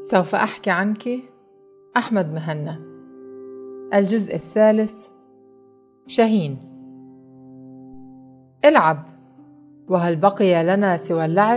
سوف أحكي عنك أحمد مهنا. الجزء الثالث. شاهين. العب، وهل بقي لنا سوى اللعب؟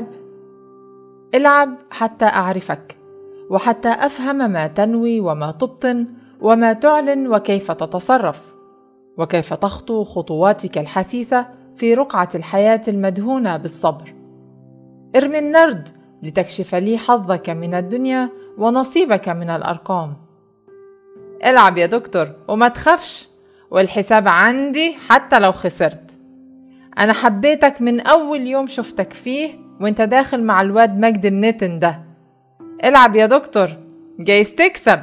العب حتى أعرفك، وحتى أفهم ما تنوي وما تبطن وما تعلن وكيف تتصرف، وكيف تخطو خطواتك الحثيثة في رقعة الحياة المدهونة بالصبر. ارمي النرد لتكشف لي حظك من الدنيا ونصيبك من الأرقام. العب يا دكتور وما تخافش، والحساب عندي حتى لو خسرت. أنا حبيتك من أول يوم شفتك فيه وانت داخل مع الواد مجد النتن ده. العب يا دكتور، جايز تكسب.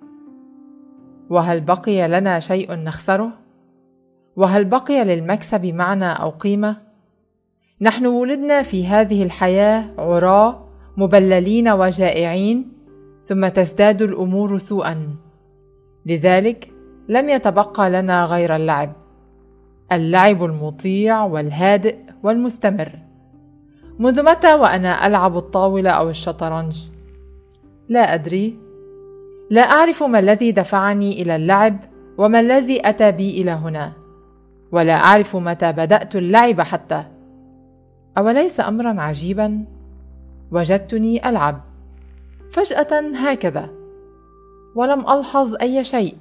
وهل بقي لنا شيء نخسره؟ وهل بقي للمكسب معنى أو قيمة؟ نحن ولدنا في هذه الحياة عراة مبللين وجائعين، ثم تزداد الأمور سوءا. لذلك لم يتبقى لنا غير اللعب، اللعب المطيع والهادئ والمستمر. منذ متى وأنا ألعب الطاولة أو الشطرنج؟ لا أدري، لا أعرف ما الذي دفعني إلى اللعب وما الذي أتى بي إلى هنا، ولا أعرف متى بدأت اللعب حتى. أوليس أمرا عجيبا؟ وجدتني ألعب فجأة هكذا، ولم ألحظ أي شيء.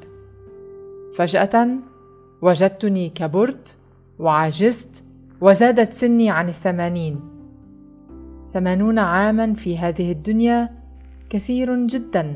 فجأة وجدتني كبرت وعجزت، وزادت سني عن 80. 80 عاما في هذه الدنيا كثير جدا.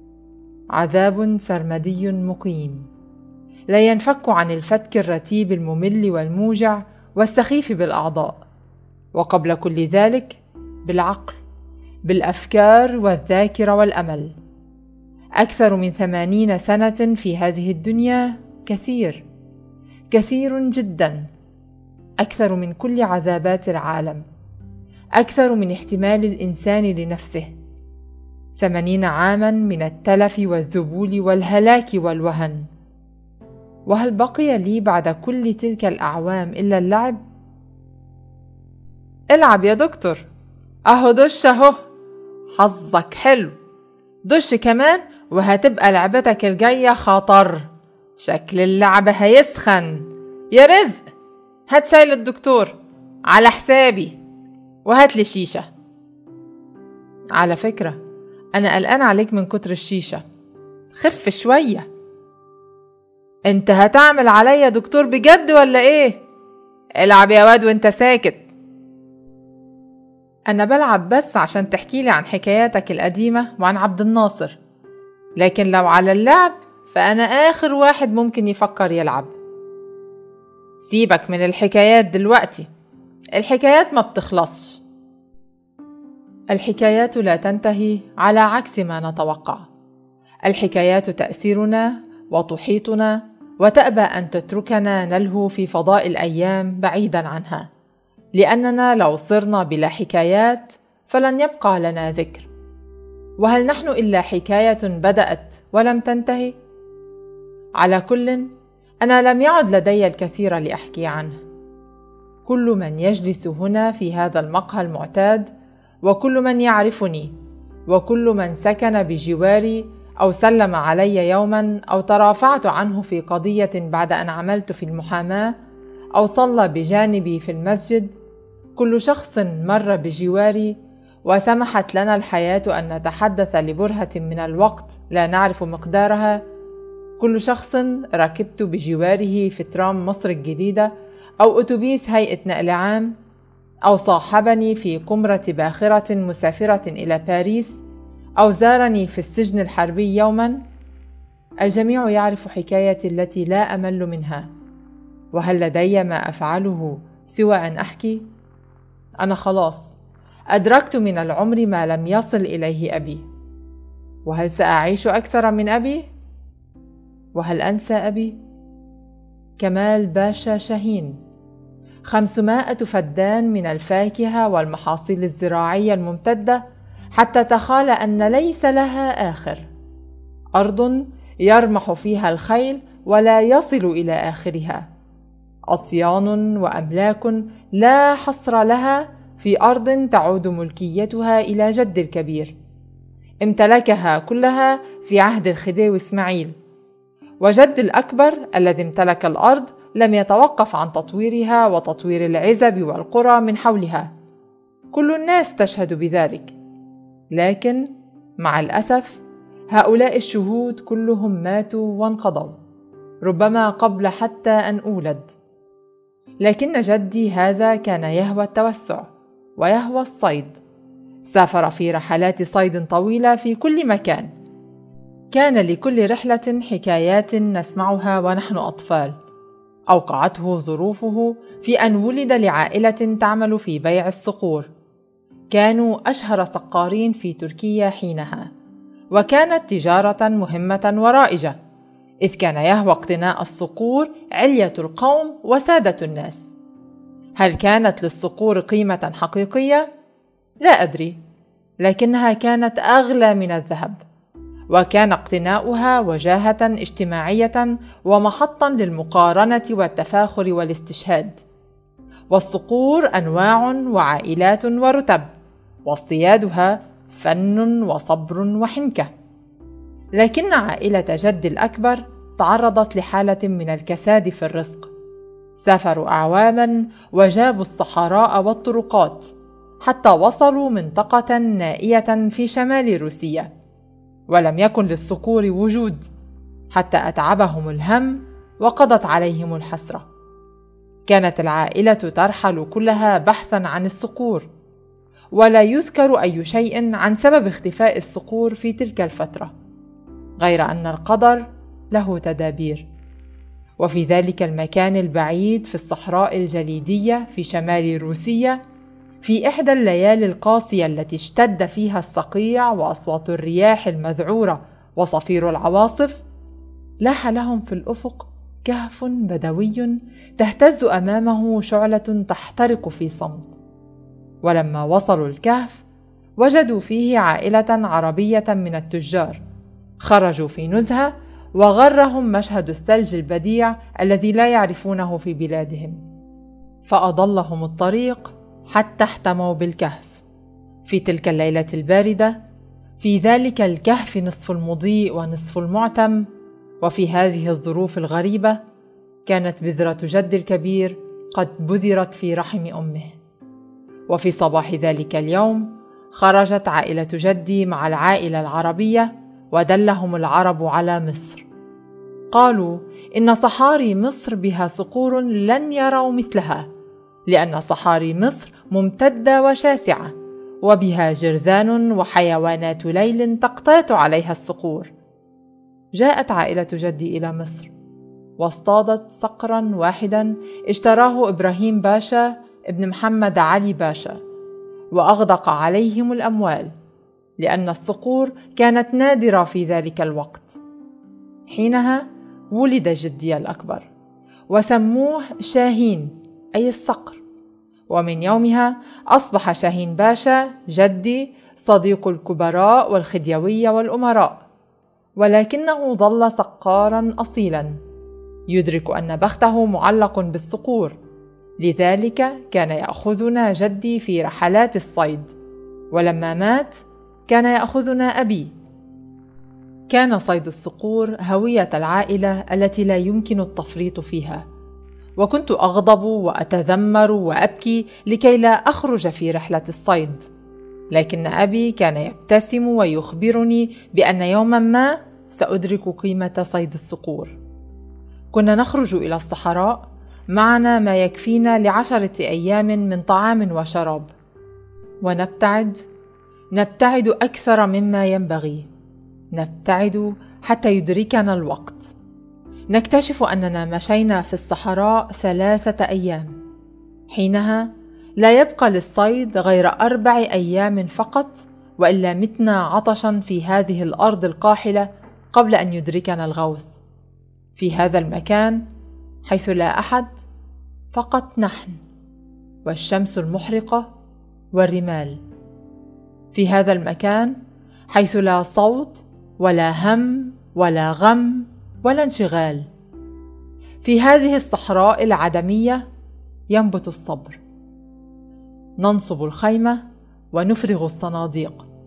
عذاب سرمدي مقيم لا ينفك عن الفتك الرتيب الممل والموجع والسخيف بالأعضاء، وقبل كل ذلك بالعقل، بالأفكار والذاكرة والأمل. أكثر من 80 سنة في هذه الدنيا كثير، كثير جدا، أكثر من كل عذابات العالم، أكثر من احتمال الإنسان لنفسه. 80 عاما من التلف والذبول والهلاك والوهن. وهل بقي لي بعد كل تلك الأعوام إلا اللعب؟ العب يا دكتور، أهو دش أهو، حظك حلو، دش كمان وهتبقى لعبتك الجاية خطر، شكل اللعبة هيسخن. يا رزق، هات شاي للدكتور على حسابي، وهات لي شيشة. على فكرة أنا قلقان عليك من كتر الشيشة، خف شوية. انت هتعمل عليا دكتور بجد ولا ايه؟ العب يا واد وانت ساكت. أنا بلعب بس عشان تحكيلي عن حكاياتك القديمة وعن عبد الناصر، لكن لو على اللعب فأنا آخر واحد ممكن يفكر يلعب. سيبك من الحكايات دلوقتي، الحكايات ما بتخلصش. الحكايات لا تنتهي على عكس ما نتوقع. الحكايات تأسرنا وتحيطنا وتأبى أن تتركنا نلهو في فضاء الأيام بعيدا عنها، لأننا لو صرنا بلا حكايات فلن يبقى لنا ذكر. وهل نحن إلا حكاية بدأت ولم تنتهي؟ على كل، أنا لم يعد لدي الكثير لأحكي عنه. كل من يجلس هنا في هذا المقهى المعتاد، وكل من يعرفني، وكل من سكن بجواري أو سلم علي يوما أو ترافعت عنه في قضية بعد أن عملت في المحاماة أو صلى بجانبي في المسجد، كل شخص مر بجواري وسمحت لنا الحياة أن نتحدث لبرهة من الوقت لا نعرف مقدارها، كل شخص ركبت بجواره في ترام مصر الجديدة أو أتوبيس هيئة نقل عام، أو صاحبني في قمرة باخرة مسافرة إلى باريس، أو زارني في السجن الحربي يوما، الجميع يعرف حكايتي التي لا أمل منها. وهل لدي ما أفعله سوى أن أحكي؟ أنا خلاص أدركت من العمر ما لم يصل إليه أبي. وهل سأعيش أكثر من أبي؟ وهل أنسى أبي؟ كمال باشا شاهين. 500 فدان من الفاكهة والمحاصيل الزراعية الممتدة حتى تخال أن ليس لها آخر. أرض يرمح فيها الخيل ولا يصل إلى آخرها. أطيان وأملاك لا حصر لها في أرض تعود ملكيتها إلى جد الكبير. امتلكها كلها في عهد الخديوي إسماعيل، وجد الأكبر الذي امتلك الأرض لم يتوقف عن تطويرها وتطوير العزب والقرى من حولها. كل الناس تشهد بذلك، لكن مع الأسف هؤلاء الشهود كلهم ماتوا وانقضوا، ربما قبل حتى أن أولد. لكن جدي هذا كان يهوى التوسع ويهوى الصيد، سافر في رحلات صيد طويلة في كل مكان. كان لكل رحلة حكايات نسمعها ونحن أطفال. أوقعته ظروفه في أن ولد لعائلة تعمل في بيع الصقور. كانوا أشهر صقارين في تركيا حينها، وكانت تجارة مهمة ورائجة، إذ كان يهوى اقتناء الصقور علية القوم وسادة الناس. هل كانت للصقور قيمة حقيقية؟ لا أدري، لكنها كانت أغلى من الذهب، وكان اقتناؤها وجاهة اجتماعية ومحطا للمقارنة والتفاخر والاستشهاد. والصقور أنواع وعائلات ورتب، واصطيادها فن وصبر وحنكة. لكن عائلة جد الأكبر تعرضت لحالة من الكساد في الرزق. سافروا أعواما وجابوا الصحراء والطرقات حتى وصلوا منطقة نائية في شمال روسيا، ولم يكن للصقور وجود حتى أتعبهم الهم وقضت عليهم الحسرة. كانت العائلة ترحل كلها بحثا عن الصقور، ولا يذكر أي شيء عن سبب اختفاء الصقور في تلك الفترة، غير أن القدر له تدابير. وفي ذلك المكان البعيد في الصحراء الجليدية في شمال روسيا، في إحدى الليالي القاسية التي اشتد فيها الصقيع وأصوات الرياح المذعورة وصفير العواصف، لاح لهم في الأفق كهف بدوي تهتز أمامه شعلة تحترق في صمت. ولما وصلوا الكهف وجدوا فيه عائلة عربية من التجار، خرجوا في نزهة وغرهم مشهد الثلج البديع الذي لا يعرفونه في بلادهم، فأضلهم الطريق حتى احتموا بالكهف. في تلك الليلة الباردة، في ذلك الكهف نصف المضيء ونصف المعتم، وفي هذه الظروف الغريبة، كانت بذرة جد الكبير قد بذرت في رحم أمه. وفي صباح ذلك اليوم خرجت عائلة جدي مع العائلة العربية، ودلهم العرب على مصر. قالوا إن صحاري مصر بها صقور لن يروا مثلها، لأن صحاري مصر ممتدة وشاسعة، وبها جرذان وحيوانات ليل تقتات عليها الصقور. جاءت عائلة جدي إلى مصر، واصطادت صقرا واحدا اشتراه إبراهيم باشا ابن محمد علي باشا، وأغدق عليهم الأموال، لأن الصقور كانت نادرة في ذلك الوقت. حينها ولد جدي الأكبر، وسموه شاهين أي الصقر، ومن يومها أصبح شاهين باشا جدي صديق الكبراء والخديوية والأمراء، ولكنه ظل صقارا أصيلا يدرك أن بخته معلق بالصقور. لذلك كان يأخذنا جدي في رحلات الصيد، ولما مات كان يأخذنا أبي. كان صيد الصقور هوية العائلة التي لا يمكن التفريط فيها، وكنت أغضب وأتذمر وأبكي لكي لا أخرج في رحلة الصيد، لكن أبي كان يبتسم ويخبرني بأن يوما ما سأدرك قيمة صيد الصقور. كنا نخرج إلى الصحراء، معنا ما يكفينا ل10 أيام من طعام وشراب، ونبتعد أكثر مما ينبغي، نبتعد حتى يدركنا الوقت. نكتشف أننا مشينا في الصحراء 3 أيام. حينها لا يبقى للصيد غير 4 أيام فقط، وإلا متنا عطشا في هذه الأرض القاحلة قبل أن يدركنا الغوث. في هذا المكان حيث لا أحد، فقط نحن والشمس المحرقة والرمال. في هذا المكان حيث لا صوت ولا هم ولا غم ولا انشغال. في هذه الصحراء العدمية ينبت الصبر. ننصب الخيمة ونفرغ الصناديق،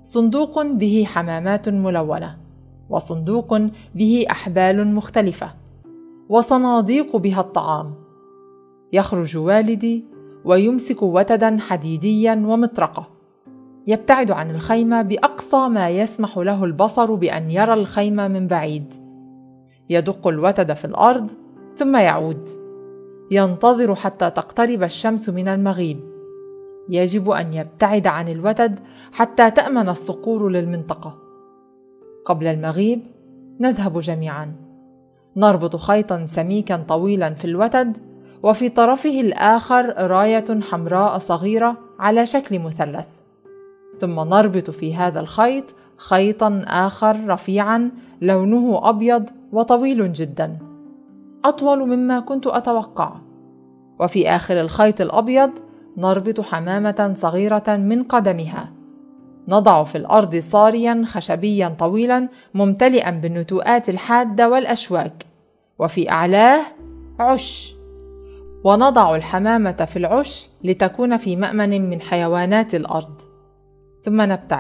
صندوق به حمامات ملونة، وصندوق به أحبال مختلفة، وصناديق بها الطعام. يخرج والدي ويمسك وتدا حديديا ومطرقة، يبتعد عن الخيمة بأقصى ما يسمح له البصر بأن يرى الخيمة من بعيد. يدق الوتد في الأرض ثم يعود. ينتظر حتى تقترب الشمس من المغيب. يجب أن يبتعد عن الوتد حتى تأمن الصقور للمنطقة. قبل المغيب نذهب جميعا، نربط خيطا سميكا طويلا في الوتد، وفي طرفه الآخر راية حمراء صغيرة على شكل مثلث، ثم نربط في هذا الخيط خيطا آخر رفيعا لونه أبيض وطويل جدا، أطول مما كنت أتوقع. وفي آخر الخيط الأبيض نربط حمامة صغيرة من قدمها. نضع في الأرض صاريا خشبيا طويلا ممتلئا بالنتوءات الحادة والأشواك، وفي أعلاه عش، ونضع الحمامة في العش لتكون في مأمن من حيوانات الأرض. ثم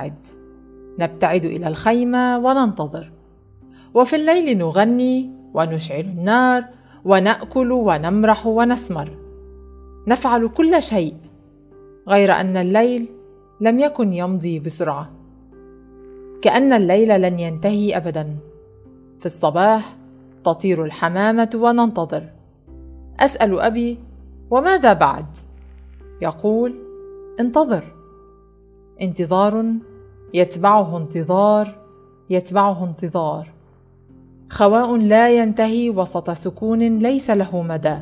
نبتعد إلى الخيمة وننتظر. وفي الليل نغني ونشعل النار ونأكل ونمرح ونسمر. نفعل كل شيء، غير أن الليل لم يكن يمضي بسرعة، كأن الليل لن ينتهي أبدا. في الصباح تطير الحمامة وننتظر. أسأل أبي: وماذا بعد؟ يقول: انتظر. انتظار يتبعه انتظار يتبعه انتظار، خواء لا ينتهي وسط سكون ليس له مدى.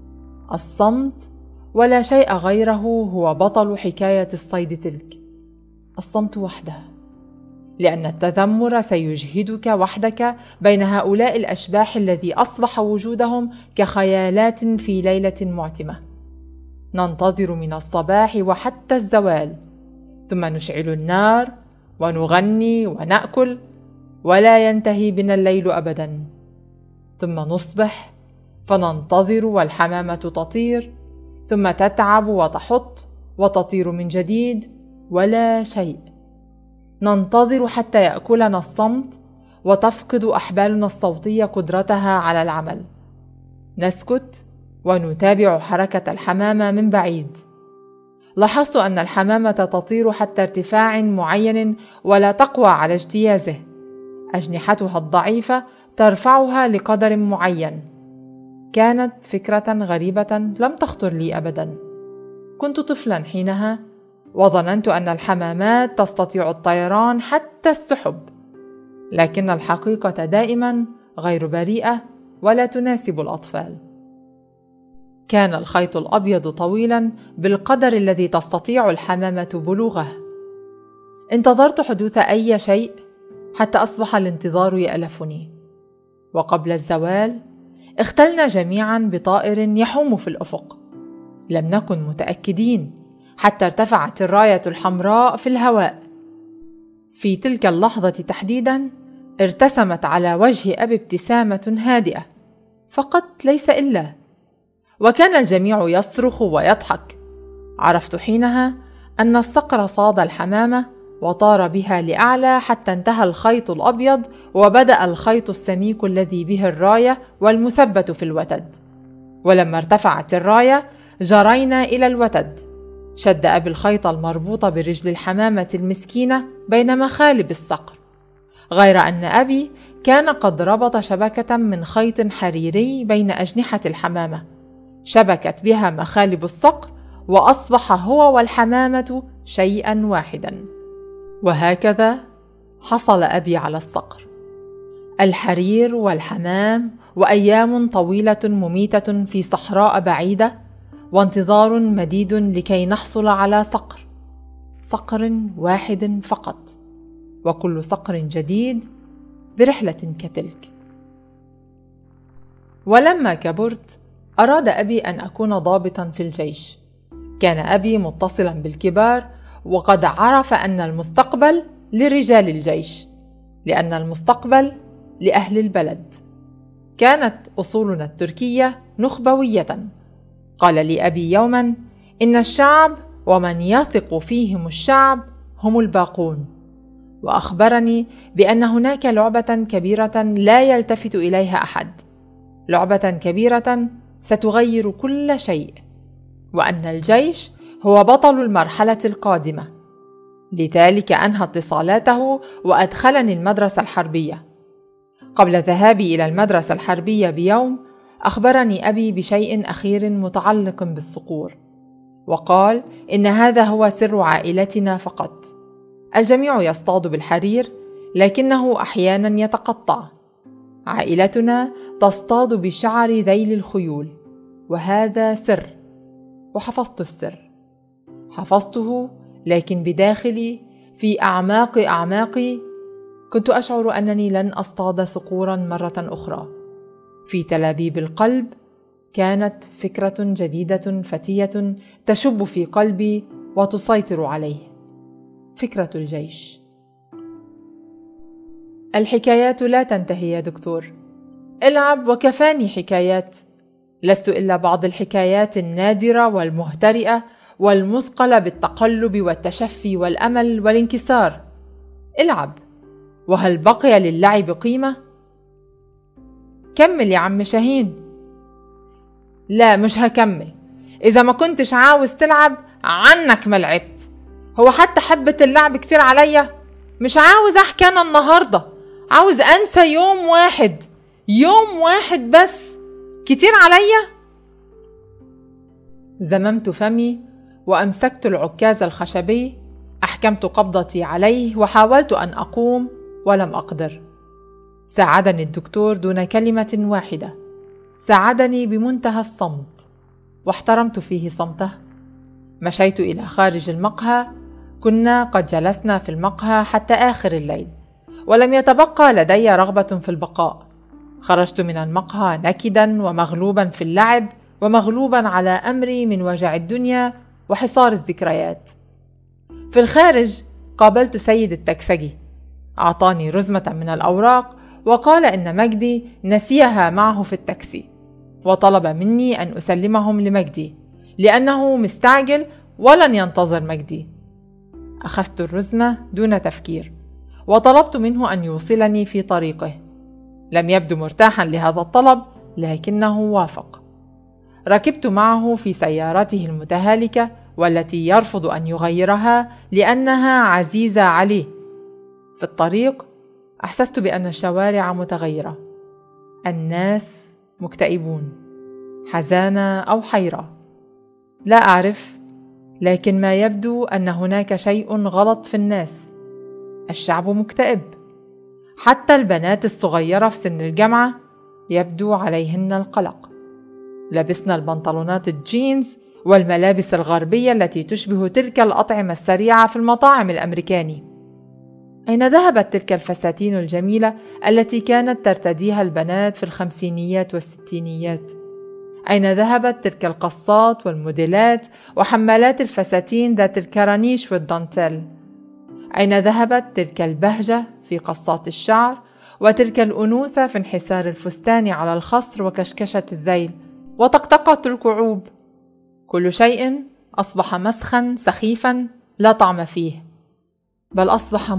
الصمت ولا شيء غيره هو بطل حكاية الصيد تلك. الصمت وحده، لأن التذمر سيجهدك وحدك بين هؤلاء الأشباح الذي أصبح وجودهم كخيالات في ليلة معتمة. ننتظر من الصباح وحتى الزوال، ثم نشعل النار ونغني ونأكل، ولا ينتهي بنا الليل أبدا. ثم نصبح فننتظر والحمامة تطير، ثم تتعب وتحط وتطير من جديد، ولا شيء. ننتظر حتى يأكلنا الصمت وتفقد أحبالنا الصوتية قدرتها على العمل. نسكت ونتابع حركة الحمامة من بعيد. لاحظت أن الحمامة تطير حتى ارتفاع معين ولا تقوى على اجتيازه. أجنحتها الضعيفة ترفعها لقدر معين. كانت فكرة غريبة لم تخطر لي أبدا. كنت طفلا حينها، وظننت أن الحمامات تستطيع الطيران حتى السحب، لكن الحقيقة دائما غير بريئة ولا تناسب الأطفال. كان الخيط الأبيض طويلا بالقدر الذي تستطيع الحمامة بلوغه. انتظرت حدوث أي شيء حتى أصبح الانتظار يألفني، وقبل الزوال اختلنا جميعا بطائر يحوم في الأفق. لم نكن متأكدين حتى ارتفعت الراية الحمراء في الهواء. في تلك اللحظة تحديدا ارتسمت على وجه أبي ابتسامة هادئة فقط، ليس إلا، وكان الجميع يصرخ ويضحك. عرفت حينها أن الصقر صاد الحمامة وطار بها لأعلى حتى انتهى الخيط الأبيض، وبدأ الخيط السميك الذي به الراية والمثبت في الوتد. ولما ارتفعت الراية جرينا إلى الوتد. شد أبي الخيط المربوط برجل الحمامة المسكينة بين مخالب الصقر، غير أن أبي كان قد ربط شبكة من خيط حريري بين أجنحة الحمامة، شبكت بها مخالب الصقر، وأصبح هو والحمامة شيئا واحدا. وهكذا حصل أبي على الصقر. الحرير والحمام، وأيام طويلة مميتة في صحراء بعيدة، وانتظار مديد لكي نحصل على صقر واحد فقط، وكل صقر جديد برحلة كتلك. ولما كبرت أراد أبي أن أكون ضابطا في الجيش. كان أبي متصلا بالكبار، وقد عرف أن المستقبل لرجال الجيش، لأن المستقبل لأهل البلد. كانت أصولنا التركية نخبوية. قال لي أبي يوما: إن الشعب ومن يثق فيهم الشعب هم الباقون. وأخبرني بأن هناك لعبة كبيرة لا يلتفت إليها أحد، لعبة كبيرة ستغير كل شيء، وأن الجيش هو بطل المرحلة القادمة. لذلك أنهى اتصالاته وأدخلني المدرسة الحربية. قبل ذهابي إلى المدرسة الحربية بيوم، أخبرني أبي بشيء أخير متعلق بالصقور، وقال إن هذا هو سر عائلتنا فقط. الجميع يصطاد بالحرير، لكنه أحيانا يتقطع. عائلتنا تصطاد بشعر ذيل الخيول، وهذا سر. وحفظت السر، حفظته، لكن بداخلي في أعماق أعماقي كنت أشعر أنني لن أصطاد صقورا مرة أخرى. في تلابيب القلب كانت فكرة جديدة فتية تشب في قلبي وتسيطر عليه، فكرة الجيش. الحكايات لا تنتهي يا دكتور، العب وكفاني حكايات. لست إلا بعض الحكايات النادرة والمهترئة والمثقلة بالتقلب والتشفي والأمل والانكسار. العب، وهل بقي للعب قيمة؟ كمل يا عم شاهين. لا، مش هكمل. إذا ما كنتش عاوز تلعب عنك ما لعبت. هو حتى حبة اللعب كتير عليا؟ مش عاوز أحكي أنا النهاردة، عاوز أنسى يوم واحد، يوم واحد بس. كتير عليا؟ زممت فمي وأمسكت العكاز الخشبي، أحكمت قبضتي عليه وحاولت أن أقوم ولم أقدر. ساعدني الدكتور دون كلمة واحدة، ساعدني بمنتهى الصمت، واحترمت فيه صمته. مشيت إلى خارج المقهى. كنا قد جلسنا في المقهى حتى آخر الليل، ولم يتبقى لدي رغبة في البقاء. خرجت من المقهى نكدا ومغلوبا في اللعب، ومغلوبا على أمري من وجع الدنيا وحصار الذكريات. في الخارج قابلت سيد التكسجي، أعطاني رزمة من الأوراق وقال إن مجدي نسيها معه في التاكسي، وطلب مني أن أسلمهم لمجدي لأنه مستعجل ولن ينتظر مجدي. أخذت الرزمة دون تفكير وطلبت منه أن يوصلني في طريقه. لم يبدو مرتاحا لهذا الطلب، لكنه وافق. ركبت معه في سيارته المتهالكة والتي يرفض أن يغيرها لأنها عزيزة عليه. في الطريق أحسست بأن الشوارع متغيرة، الناس مكتئبون، حزانة أو حيرة، لا أعرف، لكن ما يبدو أن هناك شيء غلط في الناس. الشعب مكتئب، حتى البنات الصغيرة في سن الجامعة يبدو عليهن القلق. لبسنا البنطلونات الجينز والملابس الغربية التي تشبه تلك الأطعمة السريعة في المطاعم الأمريكاني. أين ذهبت تلك الفساتين الجميلة التي كانت ترتديها البنات في الخمسينيات والستينيات؟ أين ذهبت تلك القصات والموديلات وحمالات الفساتين ذات الكرانيش والدانتيل؟ أين ذهبت تلك البهجة في قصات الشعر وتلك الأنوثة في انحسار الفستان على الخصر وكشكشة الذيل وطقطقة الكعوب؟ كل شيء أصبح مسخا سخيفا لا طعم فيه، بل أصبح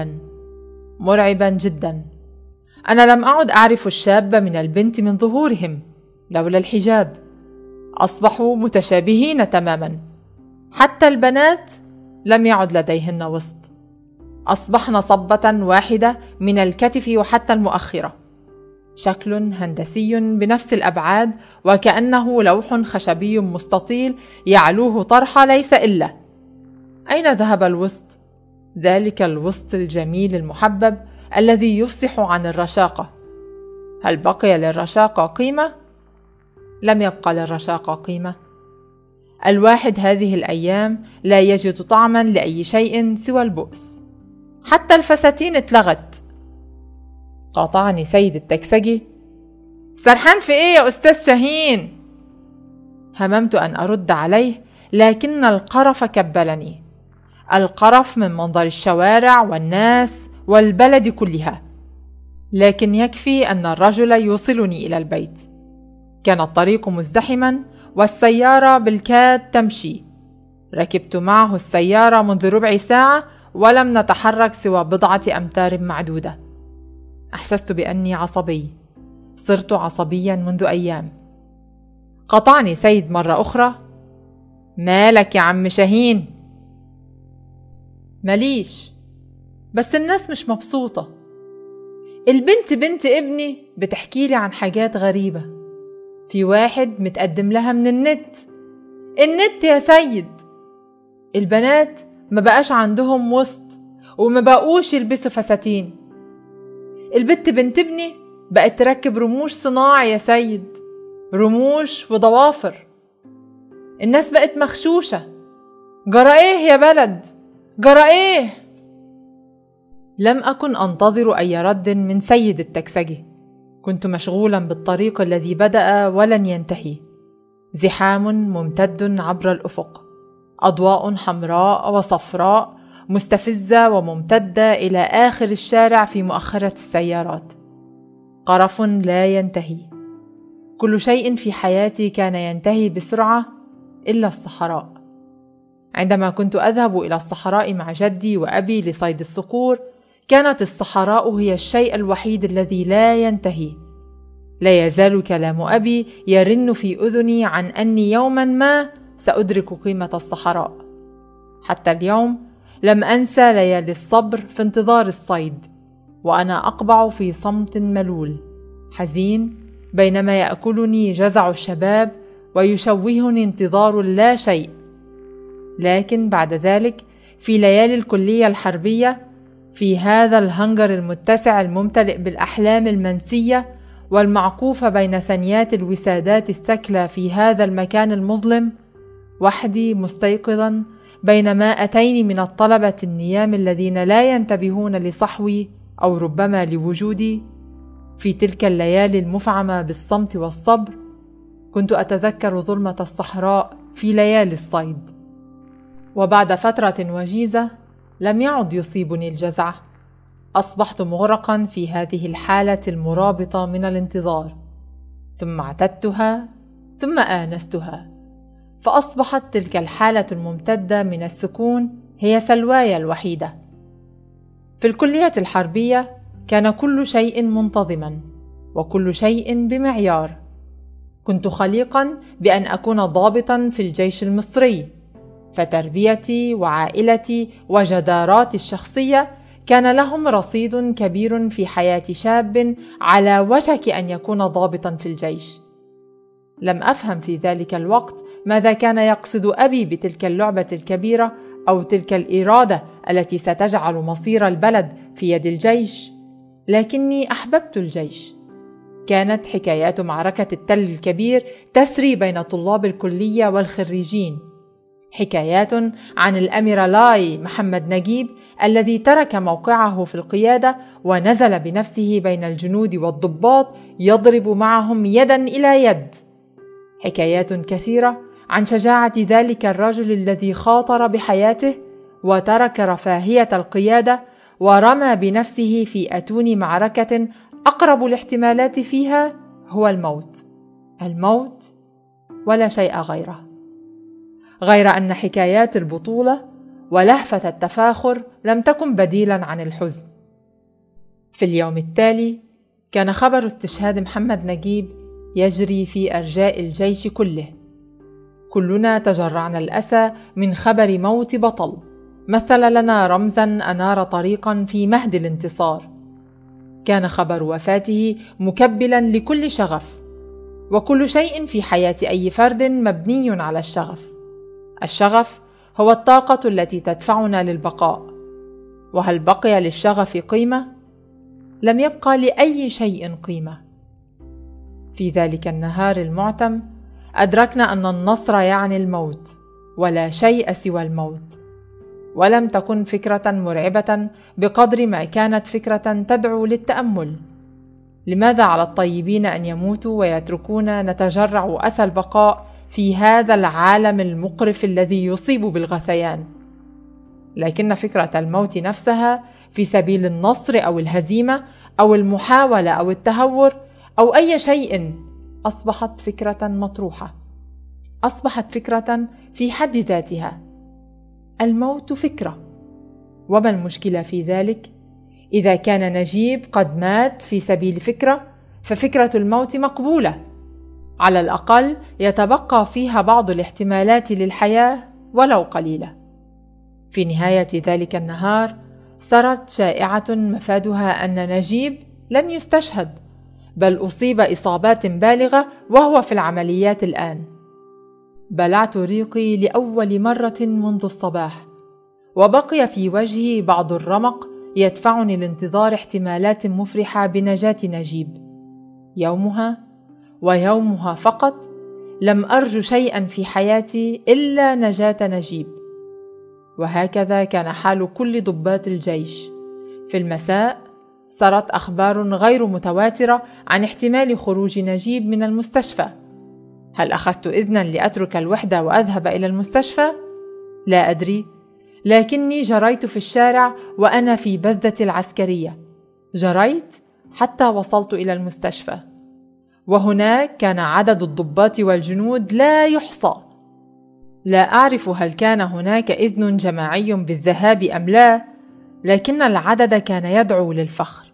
مرعبا جدا. أنا لم أعد أعرف الشاب من البنت من ظهورهم لولا الحجاب. أصبحوا متشابهين تماما، حتى البنات لم يعد لديهن وسط، أصبحن صبة واحدة من الكتف وحتى المؤخرة، شكل هندسي بنفس الأبعاد وكأنه لوح خشبي مستطيل يعلوه طرحة ليس إلا. أين ذهب الوسط؟ ذلك الوسط الجميل المحبب الذي يفصح عن الرشاقة. هل بقي للرشاقة قيمة؟ لم يبقى للرشاقة قيمة. الواحد هذه الأيام لا يجد طعما لأي شيء سوى البؤس. حتى الفساتين اتلغت. قاطعني سيد التكسجي: سرحان في ايه يا أستاذ شاهين؟ هممت أن أرد عليه، لكن القرف كبلني، القرف من منظر الشوارع والناس والبلد كلها. لكن يكفي أن الرجل يوصلني إلى البيت. كان الطريق مزدحما والسيارة بالكاد تمشي. ركبت معه السيارة منذ ربع ساعة ولم نتحرك سوى بضعة أمتار معدودة. أحسست بأني عصبي، صرت عصبيا منذ أيام. قطعني سيد مرة أخرى: مالك يا عم شاهين؟ ماليش، بس الناس مش مبسوطة. البنت بنت ابني بتحكيلي عن حاجات غريبة. في واحد متقدم لها من النت يا سيد. البنات ما بقاش عندهم وسط وما بقوش يلبسوا فساتين. البت بنت ابني بقت تركب رموش صناعي يا سيد، رموش وضوافر. الناس بقت مخشوشة. جرى ايه يا بلد؟ جرى ايه؟ لم أكن أنتظر أي رد من سيد التكسجي. كنت مشغولا بالطريق الذي بدأ ولن ينتهي. زحام ممتد عبر الأفق، أضواء حمراء وصفراء مستفزة وممتدة إلى آخر الشارع في مؤخرة السيارات. قرف لا ينتهي. كل شيء في حياتي كان ينتهي بسرعة إلا الصحراء. عندما كنت أذهب إلى الصحراء مع جدي وأبي لصيد الصقور، كانت الصحراء هي الشيء الوحيد الذي لا ينتهي. لا يزال كلام أبي يرن في أذني عن أني يوما ما سأدرك قيمة الصحراء. حتى اليوم لم أنسى ليالي الصبر في انتظار الصيد، وأنا أقبع في صمت ملول حزين بينما يأكلني جزع الشباب ويشوهني انتظار لا شيء. لكن بعد ذلك في ليالي الكلية الحربية، في هذا الهنجر المتسع الممتلئ بالأحلام المنسية والمعكوفة بين ثنيات الوسادات الثكلى في هذا المكان المظلم، وحدي مستيقظا بين مائتين من الطلبة النيام الذين لا ينتبهون لصحوي أو ربما لوجودي، في تلك الليالي المفعمة بالصمت والصبر، كنت أتذكر ظلمة الصحراء في ليالي الصيد. وبعد فترة وجيزة لم يعد يصيبني الجزع. أصبحت مغرقا في هذه الحالة المرابطة من الانتظار، ثم اعتدتها ثم آنستها، فأصبحت تلك الحالة الممتدة من السكون هي سلواي الوحيدة. في الكلية الحربية كان كل شيء منتظما وكل شيء بمعيار. كنت خليقا بأن أكون ضابطا في الجيش المصري، فتربيتي وعائلتي وجداراتي الشخصية كان لهم رصيد كبير في حياة شاب على وشك أن يكون ضابطا في الجيش. لم أفهم في ذلك الوقت ماذا كان يقصد أبي بتلك اللعبة الكبيرة أو تلك الإرادة التي ستجعل مصير البلد في يد الجيش، لكني أحببت الجيش. كانت حكايات معركة التل الكبير تسري بين طلاب الكلية والخريجين، حكايات عن الأميرالاي محمد نجيب الذي ترك موقعه في القيادة ونزل بنفسه بين الجنود والضباط يضرب معهم يدا إلى يد، حكايات كثيرة عن شجاعة ذلك الرجل الذي خاطر بحياته وترك رفاهية القيادة ورمى بنفسه في أتون معركة أقرب الاحتمالات فيها هو الموت ولا شيء غيره، غير أن حكايات البطولة ولهفة التفاخر لم تكن بديلا عن الحزن. في اليوم التالي كان خبر استشهاد محمد نجيب يجري في أرجاء الجيش كله. كلنا تجرعنا الأسى من خبر موت بطل مثل لنا رمزا أنار طريقا في مهد الانتصار. كان خبر وفاته مكبلا لكل شغف، وكل شيء في حياة أي فرد مبني على الشغف. الشغف هو الطاقة التي تدفعنا للبقاء. وهل بقي للشغف قيمة؟ لم يبقى لأي شيء قيمة. في ذلك النهار المعتم أدركنا أن النصر يعني الموت ولا شيء سوى الموت. ولم تكن فكرة مرعبة بقدر ما كانت فكرة تدعو للتأمل. لماذا على الطيبين أن يموتوا ويتركونا نتجرع أسى البقاء في هذا العالم المقرف الذي يصيب بالغثيان؟ لكن فكرة الموت نفسها في سبيل النصر أو الهزيمة أو المحاولة أو التهور أو أي شيء أصبحت فكرة مطروحة، أصبحت فكرة في حد ذاتها. الموت فكرة، وما المشكلة في ذلك؟ إذا كان نجيب قد مات في سبيل فكرة، ففكرة الموت مقبولة، على الأقل يتبقى فيها بعض الاحتمالات للحياة ولو قليلة. في نهاية ذلك النهار سرت شائعة مفادها أن نجيب لم يستشهد، بل أصيب إصابات بالغة وهو في العمليات الآن. بلعت ريقي لأول مرة منذ الصباح، وبقي في وجهي بعض الرمق يدفعني لانتظار احتمالات مفرحة بنجاة نجيب. يومها ويومها فقط لم أرجو شيئا في حياتي إلا نجاة نجيب. وهكذا كان حال كل ضباط الجيش. في المساء سرت أخبار غير متواترة عن احتمال خروج نجيب من المستشفى. هل أخذت إذنا لأترك الوحدة وأذهب إلى المستشفى؟ لا أدري، لكني جريت في الشارع وأنا في بذة العسكرية. جريت حتى وصلت إلى المستشفى، وهناك كان عدد الضباط والجنود لا يحصى. لا أعرف هل كان هناك إذن جماعي بالذهاب أم لا، لكن العدد كان يدعو للفخر.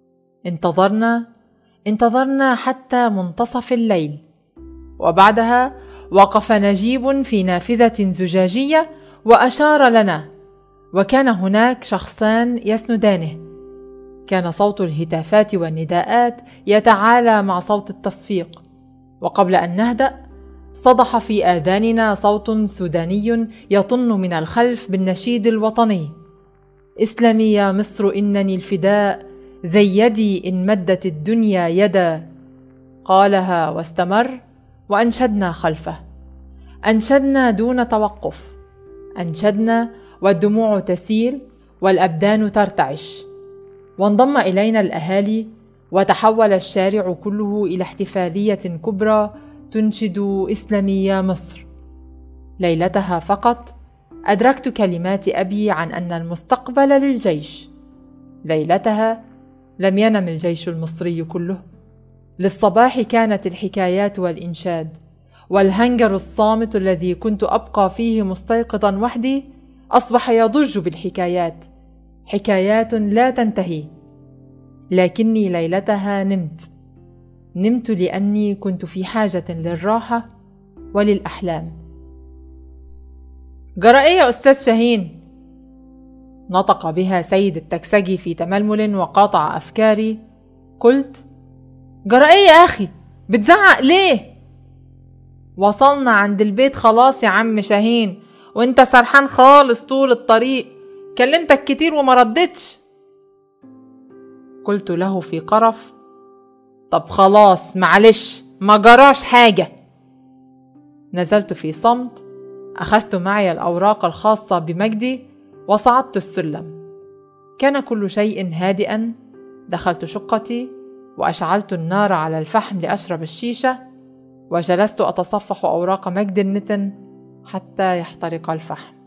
انتظرنا حتى منتصف الليل، وبعدها وقف نجيب في نافذة زجاجية وأشار لنا، وكان هناك شخصان يسندانه. كان صوت الهتافات والنداءات يتعالى مع صوت التصفيق، وقبل أن نهدأ صدح في آذاننا صوت سوداني يطن من الخلف بالنشيد الوطني: اسلمي يا مصر إنني الفداء، ذي يدي إن مدت الدنيا يدا. قالها واستمر، وأنشدنا خلفه، أنشدنا دون توقف، أنشدنا والدموع تسيل والأبدان ترتعش. وانضم إلينا الأهالي، وتحول الشارع كله إلى احتفالية كبرى تنشد اسلمي يا مصر. ليلتها فقط أدركت كلمات أبي عن أن المستقبل للجيش. ليلتها لم ينم الجيش المصري كله. للصباح كانت الحكايات والإنشاد، والهنجر الصامت الذي كنت أبقى فيه مستيقظا وحدي أصبح يضج بالحكايات، حكايات لا تنتهي. لكني ليلتها نمت لأني كنت في حاجة للراحة وللأحلام. جرى إيه يا أستاذ شاهين؟ نطق بها سيد التكسجي في تململ وقاطع أفكاري. قلت: جرى إيه يا أخي؟ بتزعق ليه؟ وصلنا عند البيت خلاص يا عم شاهين، وانت سرحان خالص طول الطريق، كلمتك كتير وما ردتش. قلت له في قرف: طب خلاص معلش، ما جراش حاجة. نزلت في صمت، أخذت معي الأوراق الخاصة بمجدي وصعدت السلم. كان كل شيء هادئا. دخلت شقتي وأشعلت النار على الفحم لأشرب الشيشة، وجلست أتصفح أوراق مجد النتن حتى يحترق الفحم.